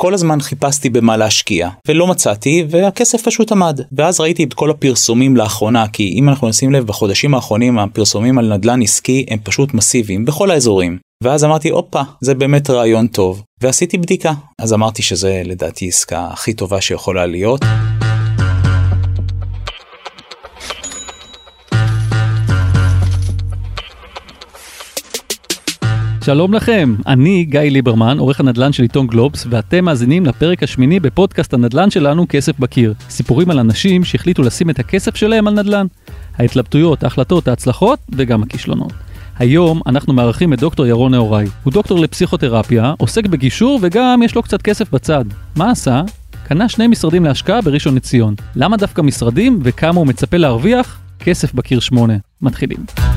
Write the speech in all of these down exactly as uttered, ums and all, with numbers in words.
כל הזמן חיפשתי במה להשקיע, ולא מצאתי, והכסף פשוט עמד. ואז ראיתי את כל הפרסומים לאחרונה, כי אם אנחנו נשים לב, בחודשים האחרונים, הפרסומים על נדל"ן עסקי הם פשוט מסיביים, בכל האזורים. ואז אמרתי, אופה, זה באמת רעיון טוב. ועשיתי בדיקה. אז אמרתי שזה לדעתי עסקה הכי טובה שיכולה להיות. שלום לכם, אני גיא ליברמן, עורך הנדל"ן של עיתון גלובס, ואתם מאזינים לפרק השמיני בפודקאסט הנדל"ן שלנו כסף בקיר. סיפורים על אנשים שהחליטו לשים את הכסף שלהם על נדל"ן. ההתלבטויות, ההחלטות, ההצלחות וגם הכישלונות. היום אנחנו מארחים את דוקטור ירון נהוראי. הוא דוקטור לפסיכותרפיה, עוסק בגישור וגם יש לו קצת כסף בצד. מה עשה? קנה שני משרדים להשקעה בראשון לציון. למה דווקא משרדים וכמה הוא מצפה להרוויח? כסף בקיר שמונה. מתחילים.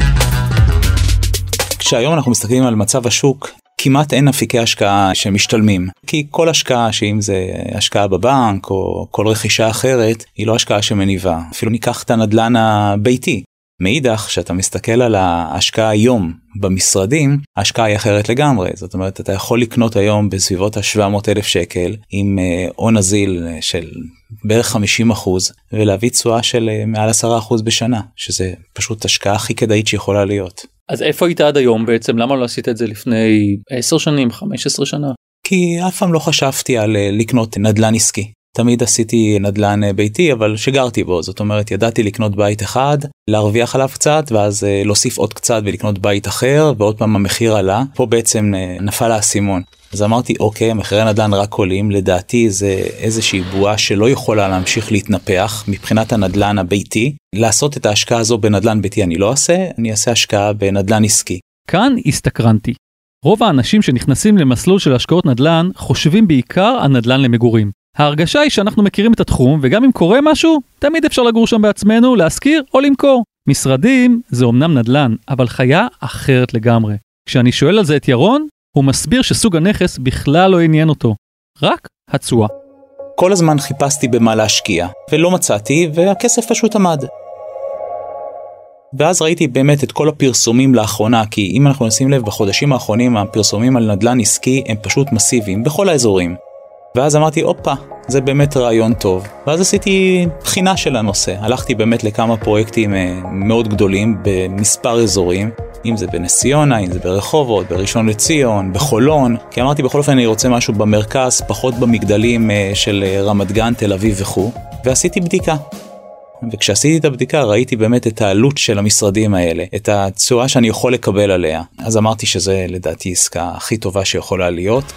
כשהיום אנחנו מסתכלים על מצב השוק, כמעט אין אפיקי השקעה שמשתלמים. כי כל השקעה, שאם זה השקעה בבנק או כל רכישה אחרת, היא לא השקעה שמניבה. אפילו ניקח את הנדל"ן הביתי. מאידך, שאתה מסתכל על ההשקעה היום במשרדים, ההשקעה היא אחרת לגמרי. זאת אומרת, אתה יכול לקנות היום בסביבות ה-שבע מאות אלף שקל, עם הון נזיל של בערך חמישים אחוז, ולהביא תשואה של מעל עשרה אחוז בשנה, שזה פשוט השקעה הכי כדאית שיכולה להיות. אז איפה היית עד היום בעצם? למה לא עשית את זה לפני עשר שנים, חמש עשרה שנה? כי אף פעם לא חשבתי על לקנות נדל"ן עסקי. תמיד עשיתי נדל"ן ביתי, אבל שגרתי בו. זאת אומרת, ידעתי לקנות בית אחד, להרוויח עליו קצת, ואז להוסיף עוד קצת ולקנות בית אחר, ועוד פעם המחיר עלה. פה בעצם נפל האסימון. אז אמרתי, אוקיי, מחירי הנדל"ן רק עולים. לדעתי זה איזושהי בועה שלא יכולה להמשיך להתנפח מבחינת הנדל"ן הביתי. לעשות את ההשקעה הזו בנדל"ן ביתי אני לא אעשה, אני אעשה השקעה בנדל"ן עסקי. כאן הסתקרנתי. רוב האנשים שנכנסים למסלול של השקעות נדל"ן חושבים בעיקר על נדל"ן למגורים. ההרגשה היא שאנחנו מכירים את התחום, וגם אם קורה משהו, תמיד אפשר לגור שם בעצמנו, להשכיר או למכור. משרדים זה אומנם נדל"ן, אבל חיה אחרת לגמרי. כשאני שואל על זה את ירון, הוא מסביר שסוג הנכס בכלל לא עניין אותו. רק התשואה. כל הזמן חיפשתי במה להשקיע, ולא מצאתי, והכסף פשוט עמד. ואז ראיתי באמת את כל הפרסומים לאחרונה, כי אם אנחנו נשים לב, בחודשים האחרונים הפרסומים על נדל"ן עסקי הם פשוט מסיביים, בכל האזורים. ואז אמרתי, אופה, זה באמת רעיון טוב. ואז עשיתי בחינה של הנושא. הלכתי באמת לכמה פרויקטים מאוד גדולים במספר אזורים, אם זה בנס ציונה, אם זה ברחובות, בראשון לציון, בחולון. כי אמרתי, בכל אופן אני רוצה משהו במרכז, פחות במגדלים של רמת גן, תל אביב וכו'. ועשיתי בדיקה. וכשעשיתי את הבדיקה ראיתי באמת את העלות של המשרדים האלה, את התשואה שאני יכול לקבל עליה. אז אמרתי שזה לדעתי עסקה הכי טובה שיכולה להיות.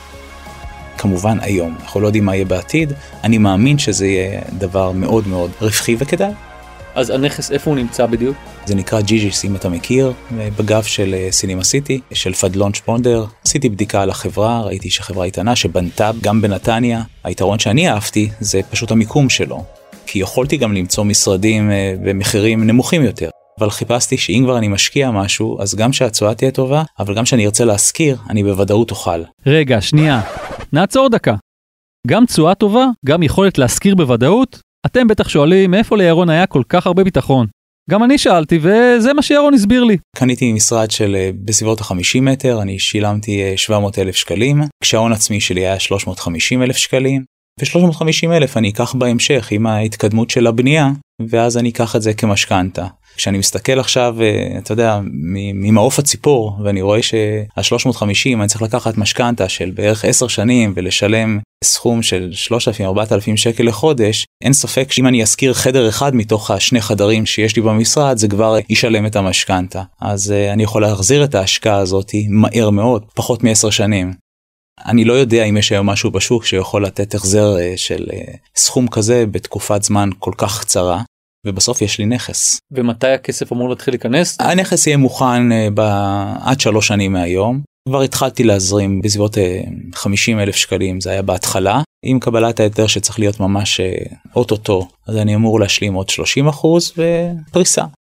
כמובן היום, אנחנו לא יודעים מה יהיה בעתיד, אני מאמין שזה יהיה דבר מאוד מאוד רווחי וכדאי. אז הנכס איפה הוא נמצא בדיוק? זה נקרא ג'יג'יס, אם אתה מכיר, בגב של סינימה סיטי, של פדלון שפונדר. עשיתי בדיקה על החברה, ראיתי שחברה איתנה שבנתה גם בנתניה. היתרון שאני אהבתי זה פשוט המיקום שלו, כי יכולתי גם למצוא משרדים במחירים נמוכים יותר. אבל חיפשתי שאם כבר אני משקיע משהו, אז גם שהתשואה תהיה טובה, אבל גם שאני ארצה להשכיר, אני בוודאות אוכל. רגע, שנייה. נעצור דקה. גם תשואה טובה, גם יכולת להשכיר בוודאות. אתם בטח שואלים, מאיפה לירון היה כל כך הרבה ביטחון? גם אני שאלתי, וזה מה שירון הסביר לי. קניתי משרד של בסביבות ה-חמישים מטר, אני שילמתי שבע מאות אלף שקלים, כשההון עצמי שלי היה שלוש מאות וחמישים אלף שקלים, ו-שלוש מאות וחמישים אלף אני אקח בהמשך עם ההתקדמות של הבנייה, ואז אני אקח את זה כמשכנתה. כשאני מסתכל עכשיו, אתה יודע, ממעוף הציפור, ואני רואה שה-שלוש מאות וחמישים אני צריך לקחת משכנתה של בערך עשר שנים, ולשלם סכום של שלושת אלפים ארבעת אלפים שקל לחודש, אין ספק שאם אני אזכיר חדר אחד מתוך השני חדרים שיש לי במשרד, זה כבר ישלם את המשכנתה. אז אני יכול להחזיר את ההשקעה הזאת מהר מאוד, פחות מעשר שנים. אני לא יודע אם יש היום משהו בשוק שיכול לתת החזר של סכום כזה בתקופת זמן כל כך קצרה. ובסוף יש לי נכס. ומתי הכסף אמור להתחיל להיכנס? הנכס יהיה מוכן עד שלוש שנים מהיום. כבר התחלתי להזרים בסביבות חמישים אלף שקלים, זה היה בהתחלה. עם קבלת ההיתר שצריך להיות ממש אוטוטו, אז אני אמור להשלים עוד שלושים אחוז ופריסה.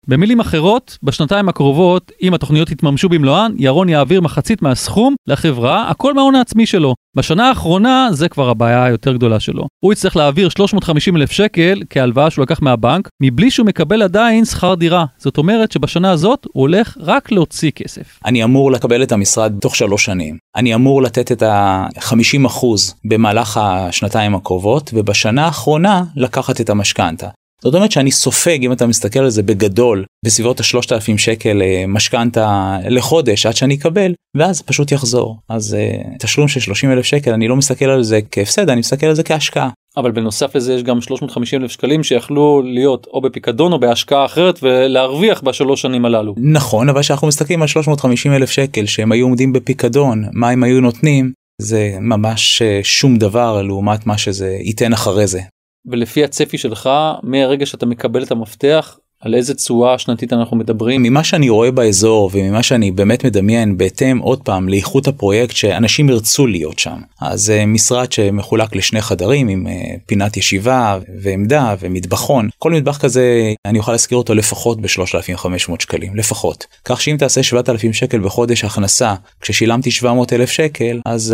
במילים אחרות, בשנתיים הקרובות, אם התוכניות יתממשו במלואן, ירון יעביר מחצית מהסכום לחברה, הכל מההון העצמי שלו. בשנה האחרונה, זה כבר הבעיה היותר גדולה שלו. הוא יצטרך להעביר שלוש מאות וחמישים אלף שקל כהלוואה שהוא לקח מהבנק, מבלי שהוא מקבל עדיין שכר דירה. זאת אומרת שבשנה הזאת הוא הולך רק להוציא כסף. אני אמור לקבל את המשרד תוך שלוש שנים. אני אמור לתת את ה-חמישים אחוז במהלך השנתיים הקרובות, ובשנה האחרונה לקחת את המשכנתה. זאת אומרת שאני סופג, אם אתה מסתכל על זה בגדול, בסביבות ה-שלושת אלפים שקל משכנתה לחודש עד שאני אקבל, ואז פשוט יחזור. אז תשלום של שלושים אלף שקל, אני לא מסתכל על זה כהפסד, אני מסתכל על זה כהשקעה. אבל בנוסף לזה יש גם שלוש מאות וחמישים אלף שקלים שיכלו להיות או בפיקדון או בהשקעה אחרת ולהרוויח בשלוש שנים הללו. נכון, אבל שאנחנו מסתכלים על שלוש מאות וחמישים אלף שקל שהם היו עומדים בפיקדון, מה הם היו נותנים, זה ממש שום דבר לעומת מה שזה ייתן אחרי זה. ולפי הצפי שלך, מהרגע שאתה מקבל את המפתח, על איזה צורה שנתית אנחנו מדברים? ממה שאני רואה באזור וממה שאני באמת מדמיין בהתאם עוד פעם לאיכות הפרויקט שאנשים ירצו להיות שם. אז משרד שמחולק לשני חדרים עם פינת ישיבה ועמדה ומטבחון. כל מטבח כזה אני אוכל להזכיר אותו לפחות ב-שלושת אלפים וחמש מאות שקלים, לפחות. כך שאם תעשה שבעת אלפים שקל בחודש הכנסה, כששילמתי שבע מאות אלף שקל, אז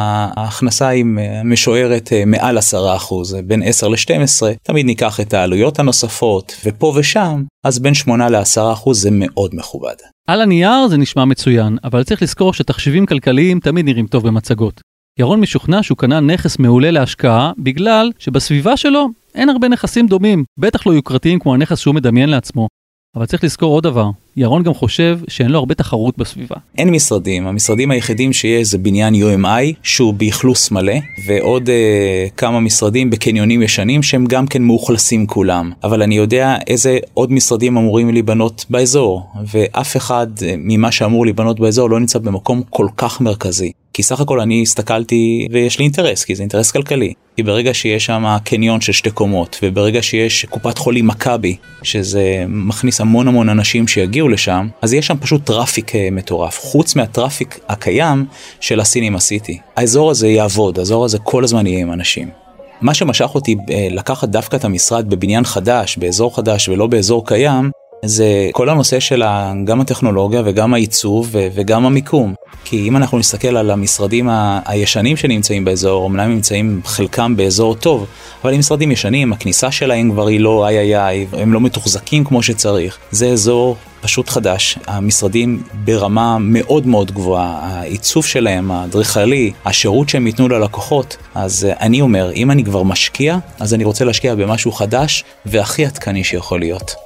ההכנסה היא משוערת מעל עשרה אחוז, בין עשר ל-שתים עשרה. תמיד ניקח את העלויות הנוספות ופה ושם, אז בין שמונה לעשרה אחוז זה מאוד מכובד. על הנייר זה נשמע מצוין, אבל צריך לזכור שתחשיבים כלכליים תמיד נראים טוב במצגות. ירון משוכנע שהוא קנה נכס מעולה להשקעה, בגלל שבסביבה שלו אין הרבה נכסים דומים, בטח לא יוקרתיים כמו הנכס שהוא מדמיין לעצמו. אבל צריך לזכור עוד דבר, ירון גם חושב שאין לו הרבה תחרות בסביבה. אין משרדים, המשרדים היחידים שיש זה בניין יו אם איי, שהוא באכלוס מלא, ועוד אה, כמה משרדים בקניונים ישנים שהם גם כן מאוכלסים כולם. אבל אני יודע איזה עוד משרדים אמורים להיבנות באזור, ואף אחד ממה שאמור להיבנות באזור לא נמצא במקום כל כך מרכזי. כי סך הכל אני הסתכלתי ויש לי אינטרס, כי זה אינטרס כלכלי. כי ברגע שיש שם קניון של שתי קומות, וברגע שיש קופת חולים מכבי, שזה מכניס המון המון אנשים שיגיעו לשם, אז יש שם פשוט טראפיק מטורף. חוץ מהטראפיק הקיים של הסינמה סיטי. האזור הזה יעבוד, האזור הזה כל הזמן יהיה עם אנשים. מה שמשך אותי לקחת דווקא את המשרד בבניין חדש, באזור חדש ולא באזור קיים, זה כל הנושא של גם הטכנולוגיה וגם העיצוב וגם המיקום. כי אם אנחנו נסתכל על המשרדים הישנים שנמצאים באזור, אמנם נמצאים חלקם באזור טוב, אבל הם משרדים ישנים, הכניסה שלהם כבר היא לא איי איי איי, הם לא מתוחזקים כמו שצריך. זה אזור פשוט חדש, המשרדים ברמה מאוד מאוד גבוהה, העיצוב שלהם, האדריכלי, השירות שהם ייתנו ללקוחות. אז אני אומר, אם אני כבר משקיע, אז אני רוצה להשקיע במשהו חדש והכי עדכני שיכול להיות.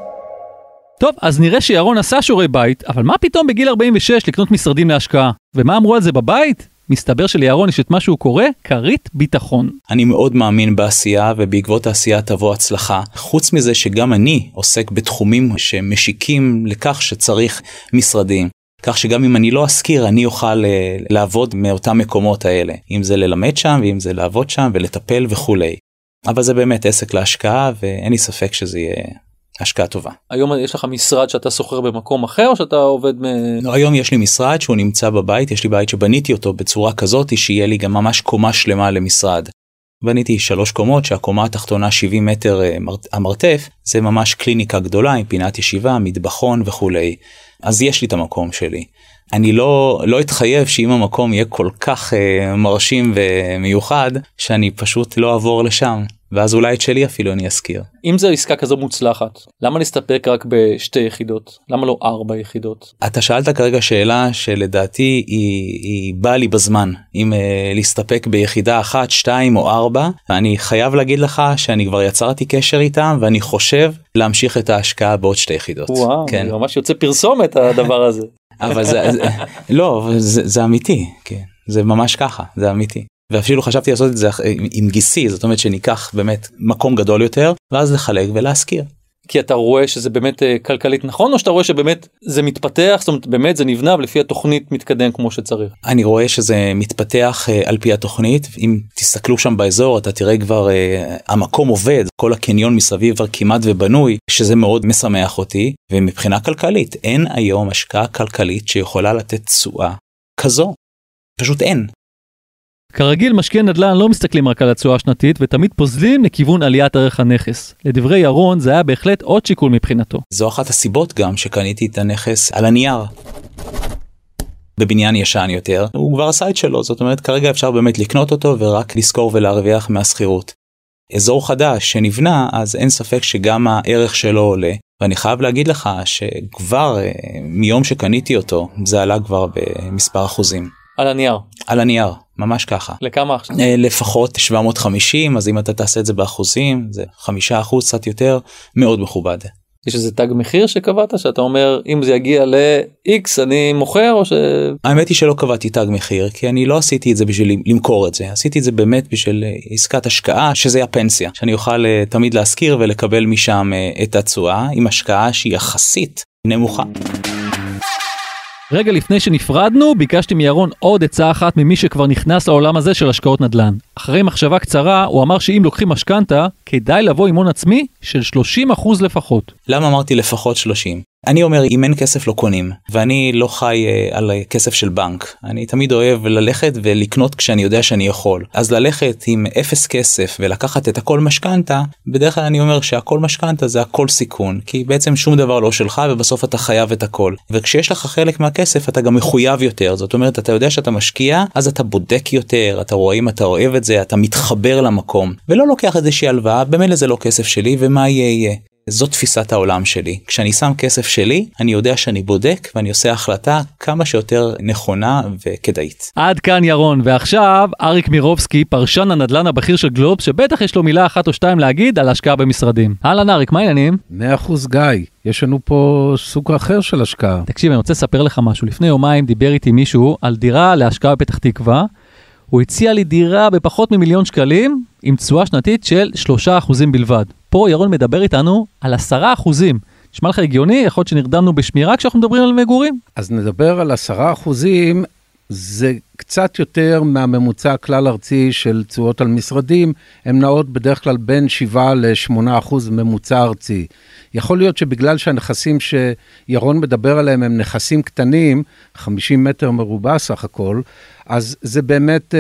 טוב, אז נראה שירון עשה שיעורי בית, אבל מה פתאום בגיל ארבעים ושש לקנות משרדים להשקעה? ומה אמרו על זה בבית? מסתבר שלירון יש את מה שהוא קורא כרית ביטחון. אני מאוד מאמין בעשייה, ובעקבות העשייה תבוא הצלחה. חוץ מזה שגם אני עוסק בתחומים שמשיקים לכך שצריך משרדים. כך שגם אם אני לא אזכיר, אני אוכל לעבוד מאותם מקומות האלה. אם זה ללמד שם, ואם זה לעבוד שם ולטפל וכולי. אבל זה באמת עסק להשקעה, ואין לי ספק שזה יהיה השקעה טובה. היום יש לך משרד שאתה סוחר במקום אחר, או שאתה עובד מ... לא, היום יש לי משרד שהוא נמצא בבית, יש לי בית שבניתי אותו בצורה כזאת, שיהיה לי גם ממש קומה שלמה למשרד. בניתי שלוש קומות, שהקומה התחתונה שבעים מטר המרתף, זה ממש קליניקה גדולה, עם פינת ישיבה, מטבחון וכולי. אז יש לי את המקום שלי. אני לא, לא אתחייב שאם המקום יהיה כל כך uh, מרשים ומיוחד, שאני פשוט לא אעבור לשם. ואז אולי את שלי אפילו אני אזכיר. אם זו עסקה כזו מוצלחת, למה נסתפק רק בשתי יחידות? למה לא ארבע יחידות? אתה שאלת כרגע שאלה שלדעתי היא, היא באה לי בזמן. אם uh, להסתפק ביחידה אחת, שתיים או ארבע, ואני חייב להגיד לך שאני כבר יצרתי קשר איתם, ואני חושב להמשיך את ההשקעה בעוד שתי יחידות. וואו, כן. זה ממש יוצא פרסומת הדבר הזה. אבל זה, זה, לא, זה, זה אמיתי, כן. זה ממש ככה, זה אמיתי. ואפילו חשבתי לעשות את זה עם גיסי, זאת אומרת שניקח באמת מקום גדול יותר, ואז לחלק ולהזכיר. כי אתה רואה שזה באמת כלכלית נכון, או שאתה רואה שבאמת זה מתפתח, זאת אומרת באמת זה נבנה, ולפי התוכנית מתקדם כמו שצריך? אני רואה שזה מתפתח על פי התוכנית, אם תסתכלו שם באזור, אתה תראה כבר, המקום עובד, כל הקניון מסביב כבר כמעט ובנוי, שזה מאוד משמח אותי, ומבחינה כלכלית, אין היום השקעה כלכלית שיכולה לתת תשואה כזו. פשוט אין. כרגיל, משקיעי נדל"ן לא מסתכלים רק על התשואה השנתית, ותמיד פוזלים לכיוון עליית ערך הנכס. לדברי ירון, זה היה בהחלט עוד שיקול מבחינתו. זו אחת הסיבות גם שקניתי את הנכס על הנייר. בבניין ישן יותר, הוא כבר עשה את שלו, זאת אומרת כרגע אפשר באמת לקנות אותו ורק לזכור ולהרוויח מהשכירות. אזור חדש שנבנה, אז אין ספק שגם הערך שלו עולה, ואני חייב להגיד לך שכבר מיום שקניתי אותו, זה עלה כבר במספר אחוזים. על הנייר? על הנייר, ממש ככה. לכמה עכשיו? לפחות שבע מאות וחמישים, אז אם אתה תעשה את זה באחוזים, זה חמישה אחוז, קצת יותר, מאוד מכובד. יש איזה תג מחיר שקבעת, שאתה אומר, אם זה יגיע ל-X, אני מוכר או ש... האמת היא שלא קבעתי תג מחיר, כי אני לא עשיתי את זה בשביל למכור את זה, עשיתי את זה באמת בשביל עסקת השקעה, שזה הפנסיה, שאני אוכל תמיד להזכיר ולקבל משם את התשואה, עם השקעה שהיא יחסית נמוכה. רגע לפני שנפרדנו, ביקשתי מירון עוד עצה אחת ממי שכבר נכנס לעולם הזה של השקעות נדל"ן. אחרי מחשבה קצרה, הוא אמר שאם לוקחים משכנתה, כדאי לבוא עם הון עצמי של שלושים אחוז לפחות. למה אמרתי לפחות שלושים? אני אומר, אם אין כסף לא קונים, ואני לא חי uh, על כסף של בנק. אני תמיד אוהב ללכת ולקנות כשאני יודע שאני יכול. אז ללכת עם אפס כסף ולקחת את הכל משכנתה, בדרך כלל אני אומר שהכל משכנתה זה הכל סיכון, כי בעצם שום דבר לא שלך ובסוף אתה חייב את הכל. וכשיש לך חלק מהכסף אתה גם מחויב יותר, זאת אומרת אתה יודע שאתה משקיע, אז אתה בודק יותר, אתה רואה אם אתה אוהב את זה, אתה מתחבר למקום, ולא לוקח איזושהי הלוואה, במילא זה לא כסף שלי ומה יהיה יהיה. זו תפיסת העולם שלי. כשאני שם כסף שלי, אני יודע שאני בודק ואני עושה החלטה כמה שיותר נכונה וכדאית. עד כאן ירון, ועכשיו אריק מירובסקי, פרשן הנדל"ן הבכיר של גלובס, שבטח יש לו מילה אחת או שתיים להגיד על השקעה במשרדים. אהלן אריק, מה העניינים? מאה אחוז גיא, יש לנו פה סוג אחר של השקעה. תקשיב, אני רוצה לספר לך משהו. לפני יומיים דיבר איתי מישהו על דירה להשקעה בפתח תקווה. הוא הציע לי דירה בפחות ממיליון שקלים, עם תשואה שנתית של שלושה אחוזים בלבד. פה ירון מדבר איתנו על עשרה אחוזים. נשמע לך הגיוני? יכול להיות שנרדמנו בשמירה כשאנחנו מדברים על מגורים? אז נדבר על עשרה אחוזים, זה קצת יותר מהממוצע הכלל ארצי של תשואות על משרדים, הם נעות בדרך כלל בין שבעה לשמונה אחוז ממוצע ארצי. יכול להיות שבגלל שהנכסים שירון מדבר עליהם הם נכסים קטנים, חמישים מטר מרובע סך הכל, אז זה באמת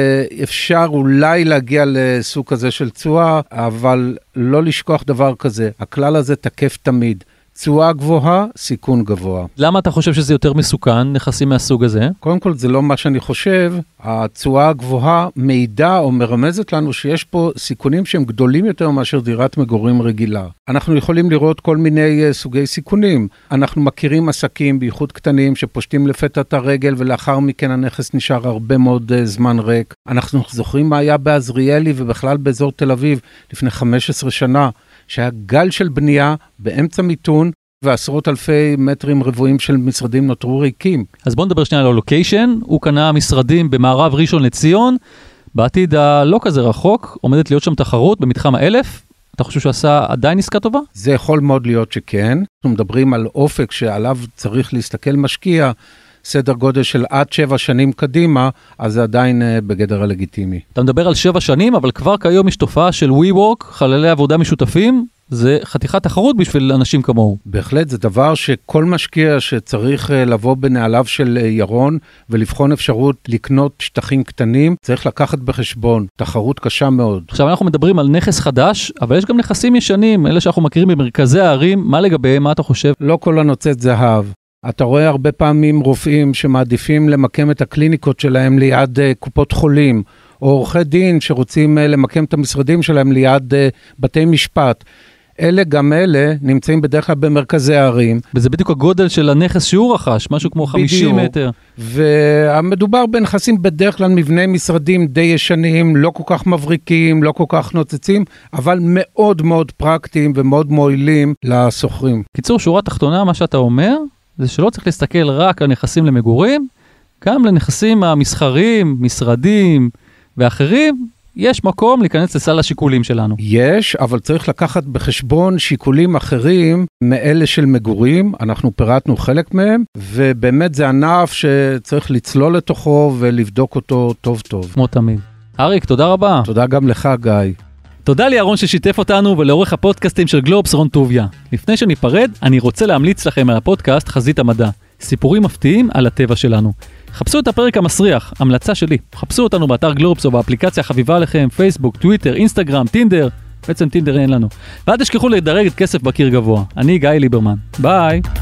אפשר אולי להגיע לסוג כזה של תשואה, אבל לא לשכוח דבר כזה, הכלל הזה תקף תמיד. תשואה גבוהה, סיכון גבוה. למה אתה חושב שזה יותר מסוכן, נכסים מהסוג הזה? קודם כל זה לא מה שאני חושב, התשואה הגבוהה מעידה או מרמזת לנו שיש פה סיכונים שהם גדולים יותר מאשר דירת מגורים רגילה. אנחנו יכולים לראות כל מיני uh, סוגי סיכונים. אנחנו מכירים עסקים בייחוד קטנים שפושטים לפתע את הרגל ולאחר מכן הנכס נשאר הרבה מאוד uh, זמן ריק. אנחנו זוכרים מה היה בעזריאלי ובכלל באזור תל אביב לפני חמש עשרה שנה. שהיה גל של בנייה באמצע מיתון, ועשרות אלפי מטרים רבועים של משרדים נותרו ריקים. אז בוא נדבר שנייה על הלוקיישן, הוא קנה משרדים במערב ראשון לציון, בעתיד הלא כזה רחוק, עומדת להיות שם תחרות במתחם האלף, אתה חושב שהוא עשה עדיין עסקה טובה? זה יכול מאוד להיות שכן, אנחנו מדברים על אופק שעליו צריך להסתכל משקיע, סדר גודל של עד שבע שנים קדימה, אז זה עדיין uh, בגדר הלגיטימי. אתה מדבר על שבע שנים, אבל כבר כיום יש תופעה של WeWork, חללי עבודה משותפים, זה חתיכת תחרות בשביל אנשים כמוהו. בהחלט, זה דבר שכל משקיע שצריך uh, לבוא בנעליו של uh, ירון, ולבחון אפשרות לקנות שטחים קטנים, צריך לקחת בחשבון, תחרות קשה מאוד. עכשיו אנחנו מדברים על נכס חדש, אבל יש גם נכסים ישנים, אלה שאנחנו מכירים במרכזי הערים, מה לגביהם, מה אתה חושב? לא כל הנוצאת זהב. אתה רואה הרבה פעמים רופאים שמעדיפים למקם את הקליניקות שלהם ליד uh, קופות חולים, או עורכי דין שרוצים uh, למקם את המשרדים שלהם ליד uh, בתי משפט. אלה גם אלה נמצאים בדרך כלל במרכזי הערים. וזה בדיוק הגודל של הנכס שהוא רכש, משהו כמו חמישים מטר. והמדובר בנכסים בדרך כלל מבני משרדים די ישנים, לא כל כך מבריקים, לא כל כך נוצצים, אבל מאוד מאוד פרקטיים ומאוד מועילים לסוחרים. קיצור, שורה תחתונה, מה שאתה אומר, זה שלא צריך להסתכל רק על נכסים למגורים, גם לנכסים המסחריים, משרדים ואחרים, יש מקום להיכנס לסל השיקולים שלנו. יש, אבל צריך לקחת בחשבון שיקולים אחרים מאלה של מגורים, אנחנו פירטנו חלק מהם, ובאמת זה ענף שצריך לצלול לתוכו ולבדוק אותו טוב טוב. כמו תמיד. אריק, תודה רבה. תודה גם לך, גיא. תודה לירון ששיתף אותנו ולעורך הפודקאסטים של גלובס רון טוביה. לפני שניפרד, אני רוצה להמליץ לכם על הפודקאסט חזית המדע. סיפורים מפתיעים על הטבע שלנו. חפשו את הפרק המסריח, המלצה שלי. חפשו אותנו באתר גלובס או באפליקציה החביבה עליכם, פייסבוק, טוויטר, אינסטגרם, טינדר. בעצם טינדר אין לנו. ואל תשכחו לדרג את כסף בקיר גבוה. אני גיא ליברמן. ביי.